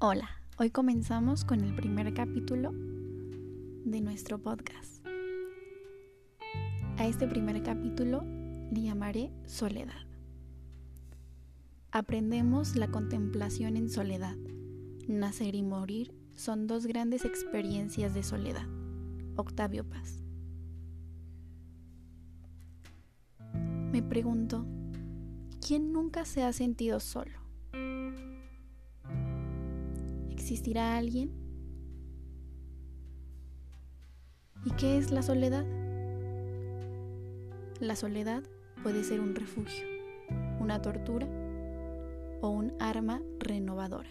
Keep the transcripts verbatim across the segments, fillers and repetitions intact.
Hola, hoy comenzamos con el primer capítulo de nuestro podcast. A este primer capítulo le llamaré Soledad. Aprendemos la contemplación en soledad. Nacer y morir son dos grandes experiencias de soledad. Octavio Paz. Me pregunto, ¿quién nunca se ha sentido solo? ¿Existirá alguien? ¿Y qué es la soledad? La soledad puede ser un refugio, una tortura o un arma renovadora.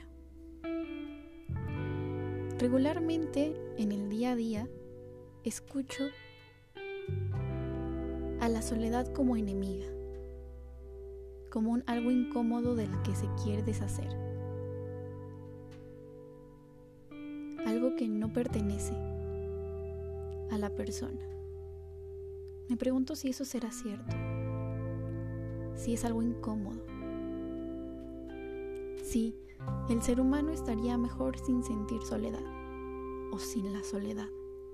Regularmente en el día a día escucho a la soledad como enemiga, como un algo incómodo del que se quiere deshacer. Algo que no pertenece a la persona. Me pregunto si eso será cierto, si es algo incómodo, si el ser humano estaría mejor sin sentir soledad o sin la soledad.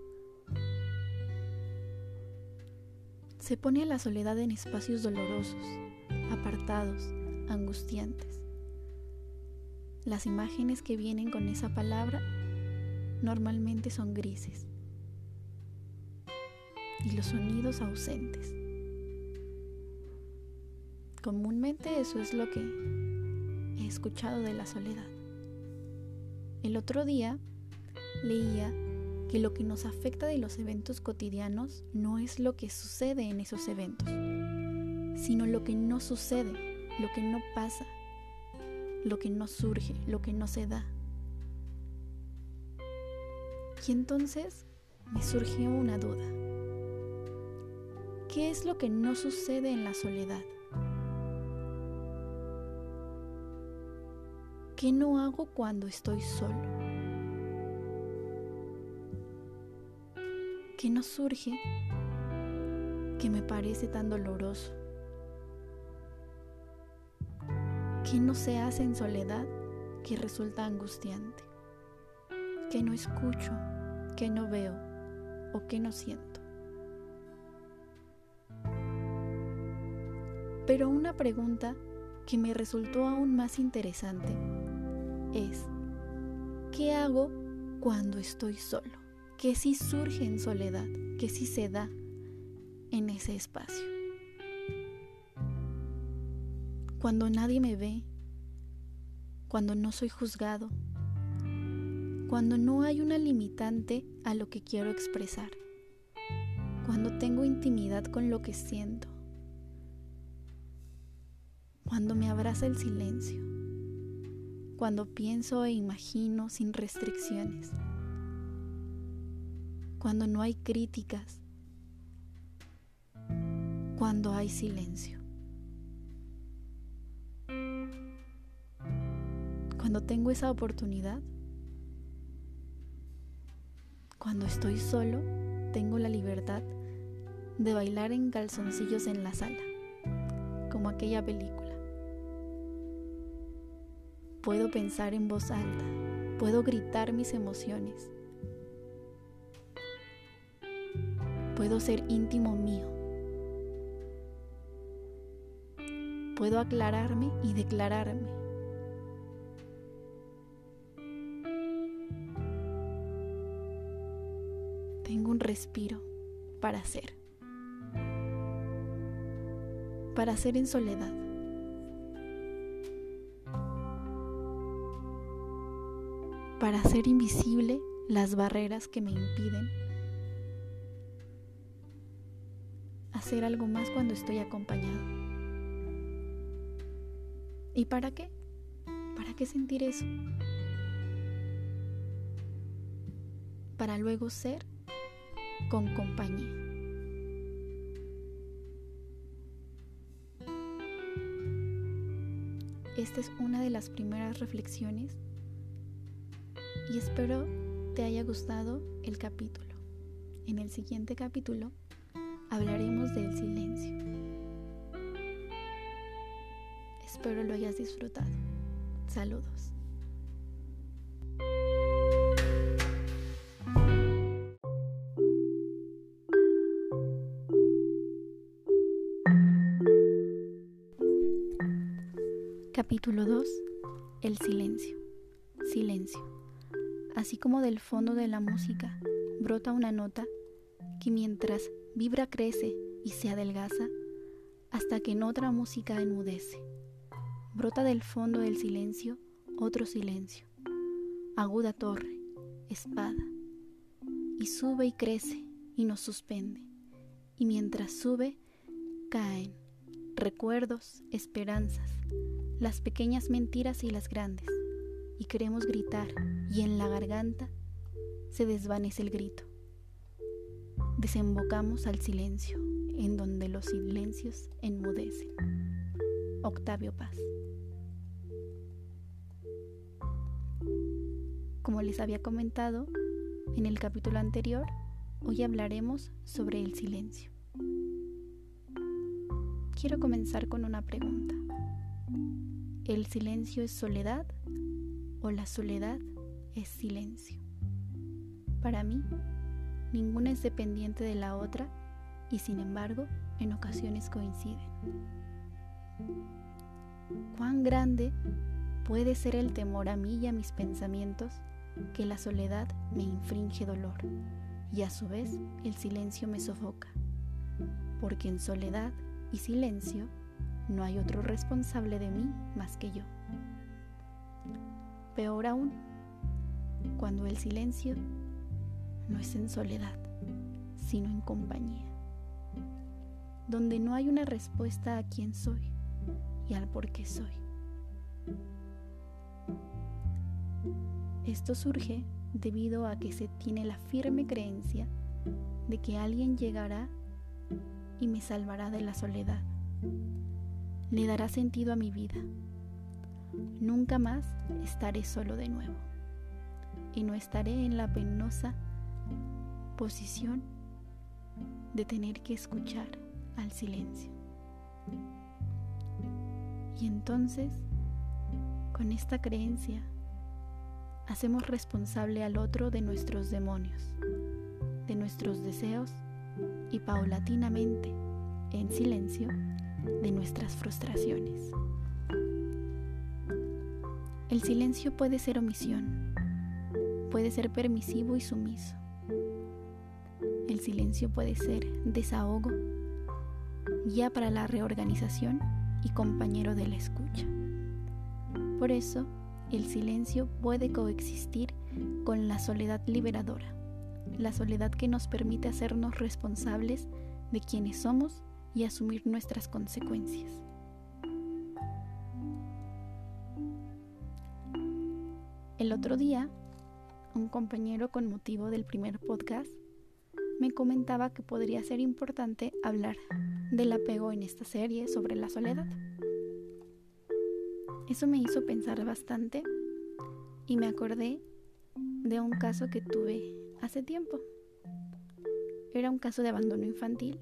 Se pone a la soledad en espacios dolorosos, apartados, angustiantes. Las imágenes que vienen con esa palabra normalmente son grises y los sonidos ausentes. Comúnmente eso es lo que he escuchado de la soledad. El otro día leía que lo que nos afecta de los eventos cotidianos no es lo que sucede en esos eventos, sino lo que no sucede, lo que no pasa, lo que no surge, lo que no se da. Y entonces me surgió una duda. ¿Qué es lo que no sucede en la soledad? ¿Qué no hago cuando estoy solo? ¿Qué no surge que me parece tan doloroso? ¿Qué no se hace en soledad que resulta angustiante? ¿Qué no escucho? ¿Qué no veo? ¿O qué no siento? Pero una pregunta que me resultó aún más interesante es, ¿qué hago cuando estoy solo? ¿Qué sí surge en soledad? ¿Qué sí se da en ese espacio? Cuando nadie me ve, cuando no soy juzgado, cuando no hay una limitante a lo que quiero expresar, cuando tengo intimidad con lo que siento, cuando me abraza el silencio, cuando pienso e imagino sin restricciones, cuando no hay críticas, cuando hay silencio, cuando tengo esa oportunidad. Cuando estoy solo, tengo la libertad de bailar en calzoncillos en la sala, como aquella película. Puedo pensar en voz alta, puedo gritar mis emociones, puedo ser íntimo mío, puedo aclararme y declararme. Tengo un respiro para ser, para ser en soledad. Para hacer invisible las barreras que me impiden hacer algo más cuando estoy acompañado. ¿Y para qué? ¿Para qué sentir eso? Para luego ser con compañía. Esta es una de las primeras reflexiones y espero te haya gustado el capítulo. En el siguiente capítulo hablaremos del silencio. Espero lo hayas disfrutado. Saludos. Capítulo dos. El silencio. Silencio. Así como del fondo de la música brota una nota que mientras vibra crece y se adelgaza hasta que en otra música enmudece. Brota del fondo del silencio otro silencio, aguda torre, espada, y sube y crece y nos suspende, y mientras sube caen recuerdos, esperanzas, las pequeñas mentiras y las grandes, y queremos gritar, y en la garganta se desvanece el grito. Desembocamos al silencio, en donde los silencios enmudecen. Octavio Paz. Como les había comentado en el capítulo anterior, hoy hablaremos sobre el silencio. Quiero comenzar con una pregunta. ¿El silencio es soledad o la soledad es silencio? Para mí, ninguna es dependiente de la otra y sin embargo, en ocasiones coinciden. ¿Cuán grande puede ser el temor a mí y a mis pensamientos que la soledad me infringe dolor y a su vez el silencio me sofoca? Porque en soledad y silencio no hay otro responsable de mí más que yo. Peor aún, cuando el silencio no es en soledad, sino en compañía, donde no hay una respuesta a quién soy y al por qué soy. Esto surge debido a que se tiene la firme creencia de que alguien llegará y me salvará de la soledad, le dará sentido a mi vida. Nunca más estaré solo de nuevo y no estaré en la penosa posición de tener que escuchar al silencio. Y entonces, con esta creencia, hacemos responsable al otro de nuestros demonios, de nuestros deseos y paulatinamente, en silencio, de nuestras frustraciones. El silencio puede ser omisión, puede ser permisivo y sumiso. El silencio puede ser desahogo, guía para la reorganización y compañero de la escucha. Por eso, el silencio puede coexistir con la soledad liberadora, la soledad que nos permite hacernos responsables de quienes somos y asumir nuestras consecuencias. El otro día, un compañero con motivo del primer podcast me comentaba que podría ser importante hablar del apego en esta serie sobre la soledad. Eso me hizo pensar bastante y me acordé de un caso que tuve hace tiempo. Era un caso de abandono infantil.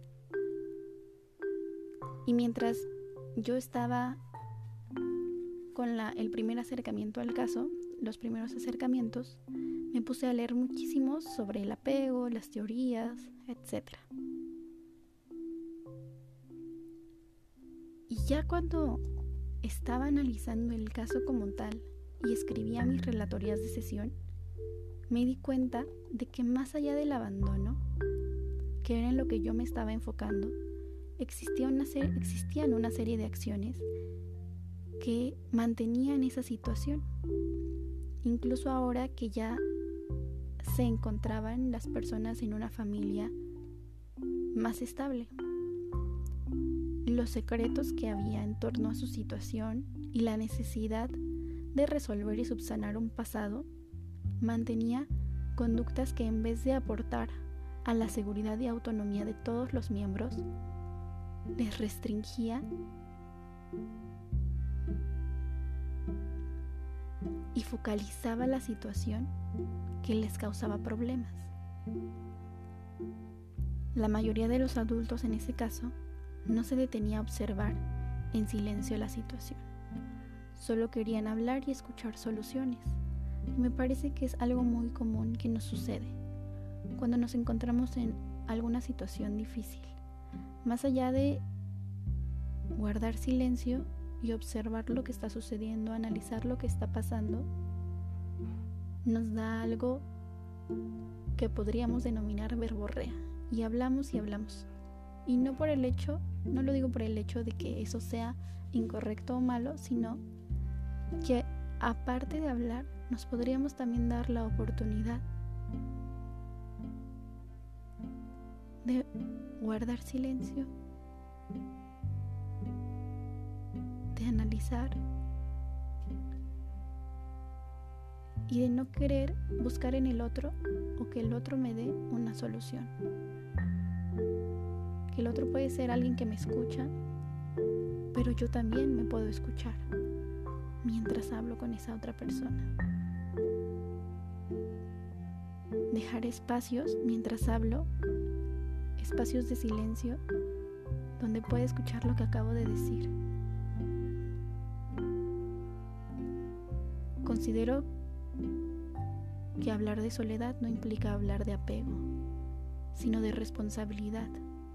Y mientras yo estaba con la, el primer acercamiento al caso, los primeros acercamientos, me puse a leer muchísimo sobre el apego, las teorías, etcétera. Y ya cuando estaba analizando el caso como tal y escribía mis relatorías de sesión, me di cuenta de que más allá del abandono, que era en lo que yo me estaba enfocando, existía una ser- existían una serie de acciones que mantenían esa situación. Incluso ahora que ya se encontraban las personas en una familia más estable. Los secretos que había en torno a su situación y la necesidad de resolver y subsanar un pasado mantenía conductas que en vez de aportar a la seguridad y autonomía de todos los miembros, les restringía y focalizaba la situación que les causaba problemas. La mayoría de los adultos en ese caso no se detenía a observar en silencio la situación. Solo querían hablar y escuchar soluciones. Y me parece que es algo muy común que nos sucede cuando nos encontramos en alguna situación difícil. Más allá de guardar silencio y observar lo que está sucediendo, analizar lo que está pasando, nos da algo que podríamos denominar verborrea. Y hablamos y hablamos. Y no por el hecho, no lo digo por el hecho de que eso sea incorrecto o malo, sino que aparte de hablar, nos podríamos también dar la oportunidad de guardar silencio, de analizar y de no querer buscar en el otro o que el otro me dé una solución. Que el otro puede ser alguien que me escucha, pero yo también me puedo escuchar mientras hablo con esa otra persona. Dejar espacios mientras hablo, espacios de silencio donde pueda escuchar lo que acabo de decir. Considero que hablar de soledad no implica hablar de apego, sino de responsabilidad.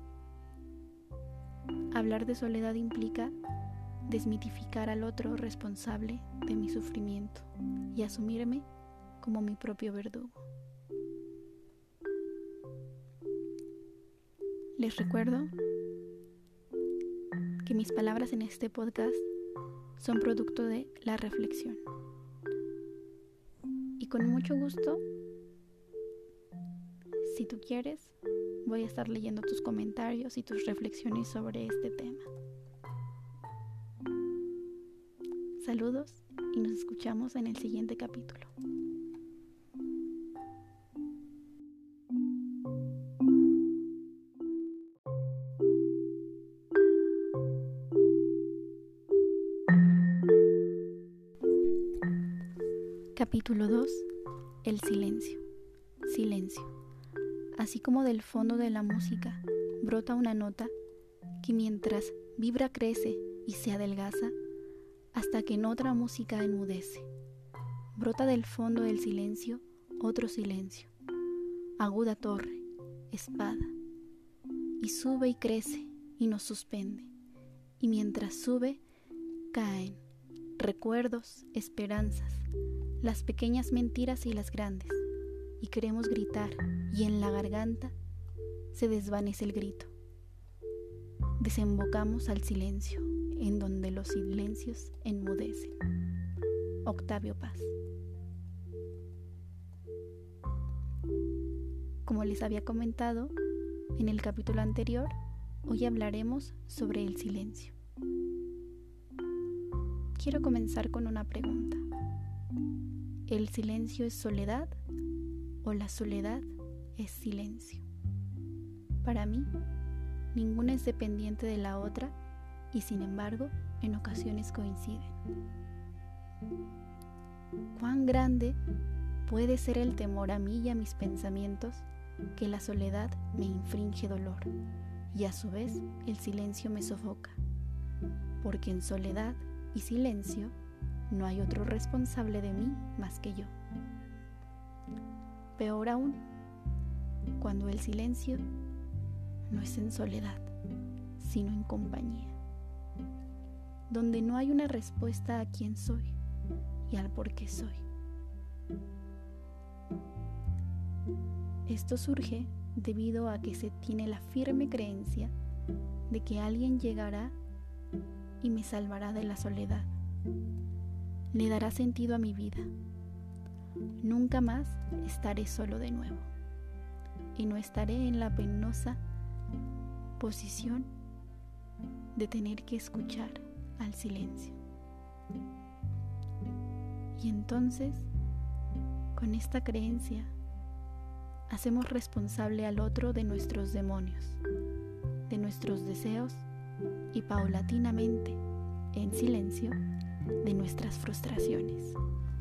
Hablar de soledad implica desmitificar al otro responsable de mi sufrimiento y asumirme como mi propio verdugo. Les recuerdo que mis palabras en este podcast son producto de la reflexión. Y con mucho gusto, si tú quieres, voy a estar leyendo tus comentarios y tus reflexiones sobre este tema. Saludos y nos escuchamos en el siguiente capítulo. Capítulo dos. El silencio. Silencio. Así como del fondo de la música brota una nota que mientras vibra crece y se adelgaza hasta que en otra música enmudece. Brota del fondo del silencio otro silencio, aguda torre, espada, y sube y crece y nos suspende. Y mientras sube, caen recuerdos, esperanzas, las pequeñas mentiras y las grandes, y queremos gritar, y en la garganta se desvanece el grito. Desembocamos al silencio, en donde los silencios enmudecen. Octavio Paz. Como les había comentado en el capítulo anterior, hoy hablaremos sobre el silencio. Quiero comenzar con una pregunta. ¿El silencio es soledad o la soledad es silencio? Para mí, ninguna es dependiente de la otra y sin embargo, en ocasiones coinciden. ¿Cuán grande puede ser el temor a mí y a mis pensamientos que la soledad me infringe dolor y a su vez el silencio me sofoca? Porque en soledad y silencio no hay otro responsable de mí más que yo. Peor aún, cuando el silencio no es en soledad, sino en compañía, donde no hay una respuesta a quién soy y al por qué soy. Esto surge debido a que se tiene la firme creencia de que alguien llegará y me salvará de la soledad, le dará sentido a mi vida. Nunca más estaré solo de nuevo y no estaré en la penosa posición de tener que escuchar al silencio. Y entonces, con esta creencia, hacemos responsable al otro de nuestros demonios, de nuestros deseos y paulatinamente, en silencio, de nuestras frustraciones.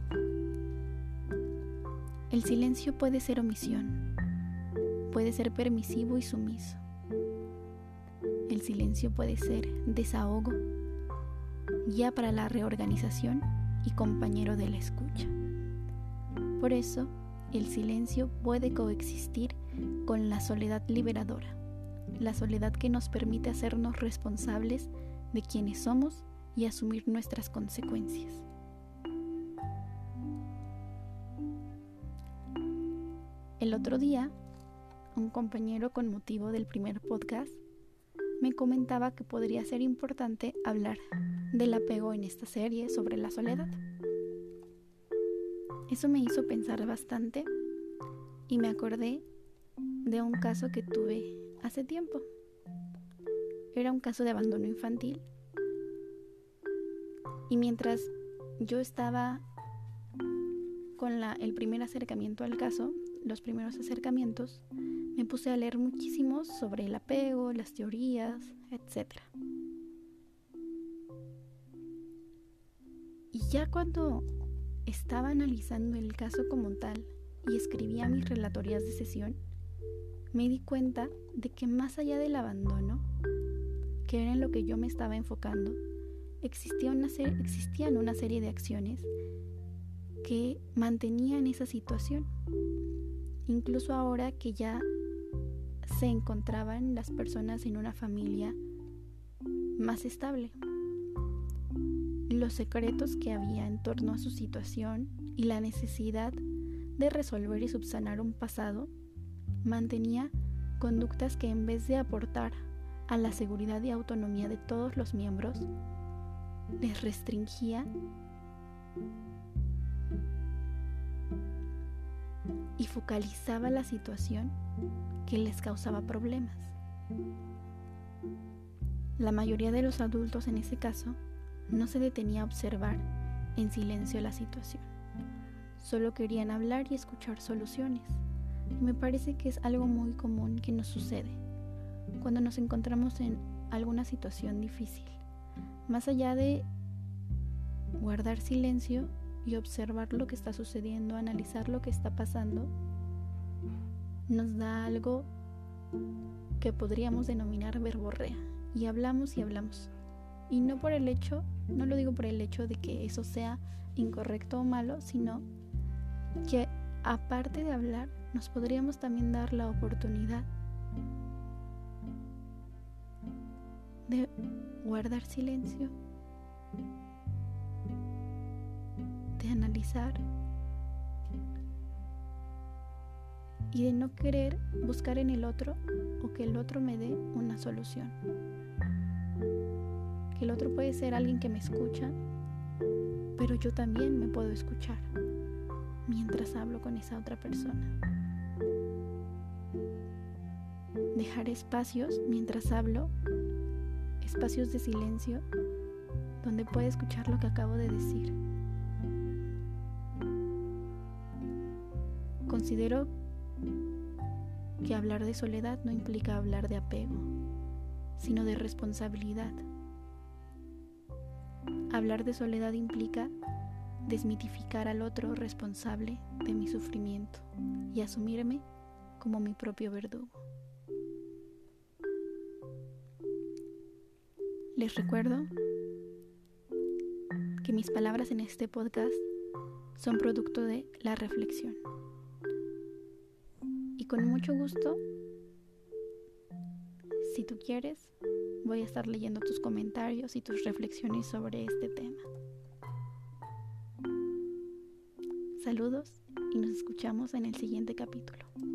El silencio puede ser omisión, puede ser permisivo y sumiso. El silencio puede ser desahogo, guía para la reorganización y compañero de la escucha. Por eso, el silencio puede coexistir con la soledad liberadora, la soledad que nos permite hacernos responsables de quienes somos y asumir nuestras consecuencias. El otro día, un compañero con motivo del primer podcast me comentaba que podría ser importante hablar del apego en esta serie sobre la soledad. Eso me hizo pensar bastante y me acordé de un caso que tuve hace tiempo. Era un caso de abandono infantil. Y mientras yo estaba con la, el primer acercamiento al caso, los primeros acercamientos, me puse a leer muchísimo sobre el apego, las teorías, etcétera. Y ya cuando estaba analizando el caso como tal y escribía mis relatorías de sesión, me di cuenta de que más allá del abandono, que era en lo que yo me estaba enfocando, existía una ser- existían una serie de acciones que mantenían esa situación. Incluso ahora que ya se encontraban las personas en una familia más estable. Los secretos que había en torno a su situación y la necesidad de resolver y subsanar un pasado mantenía conductas que, en vez de aportar a la seguridad y autonomía de todos los miembros, les restringía y focalizaba la situación que les causaba problemas. La mayoría de los adultos en ese caso no se detenía a observar en silencio la situación. Solo querían hablar y escuchar soluciones. Y me parece que es algo muy común que nos sucede cuando nos encontramos en alguna situación difícil. Más allá de guardar silencio y observar lo que está sucediendo, analizar lo que está pasando, nos da algo que podríamos denominar verborrea, y hablamos y hablamos. Y no por el hecho, no lo digo por el hecho de que eso sea incorrecto o malo, sino que aparte de hablar, nos podríamos también dar la oportunidad de guardar silencio, de analizar y de no querer buscar en el otro o que el otro me dé una solución. Que el otro puede ser alguien que me escucha, pero yo también me puedo escuchar mientras hablo con esa otra persona. Dejar espacios mientras hablo, espacios de silencio donde pueda escuchar lo que acabo de decir. Considero que hablar de soledad no implica hablar de apego, sino de responsabilidad. Hablar de soledad implica desmitificar al otro responsable de mi sufrimiento y asumirme como mi propio verdugo. Les recuerdo que mis palabras en este podcast son producto de la reflexión. Y con mucho gusto, si tú quieres, voy a estar leyendo tus comentarios y tus reflexiones sobre este tema. Saludos y nos escuchamos en el siguiente capítulo.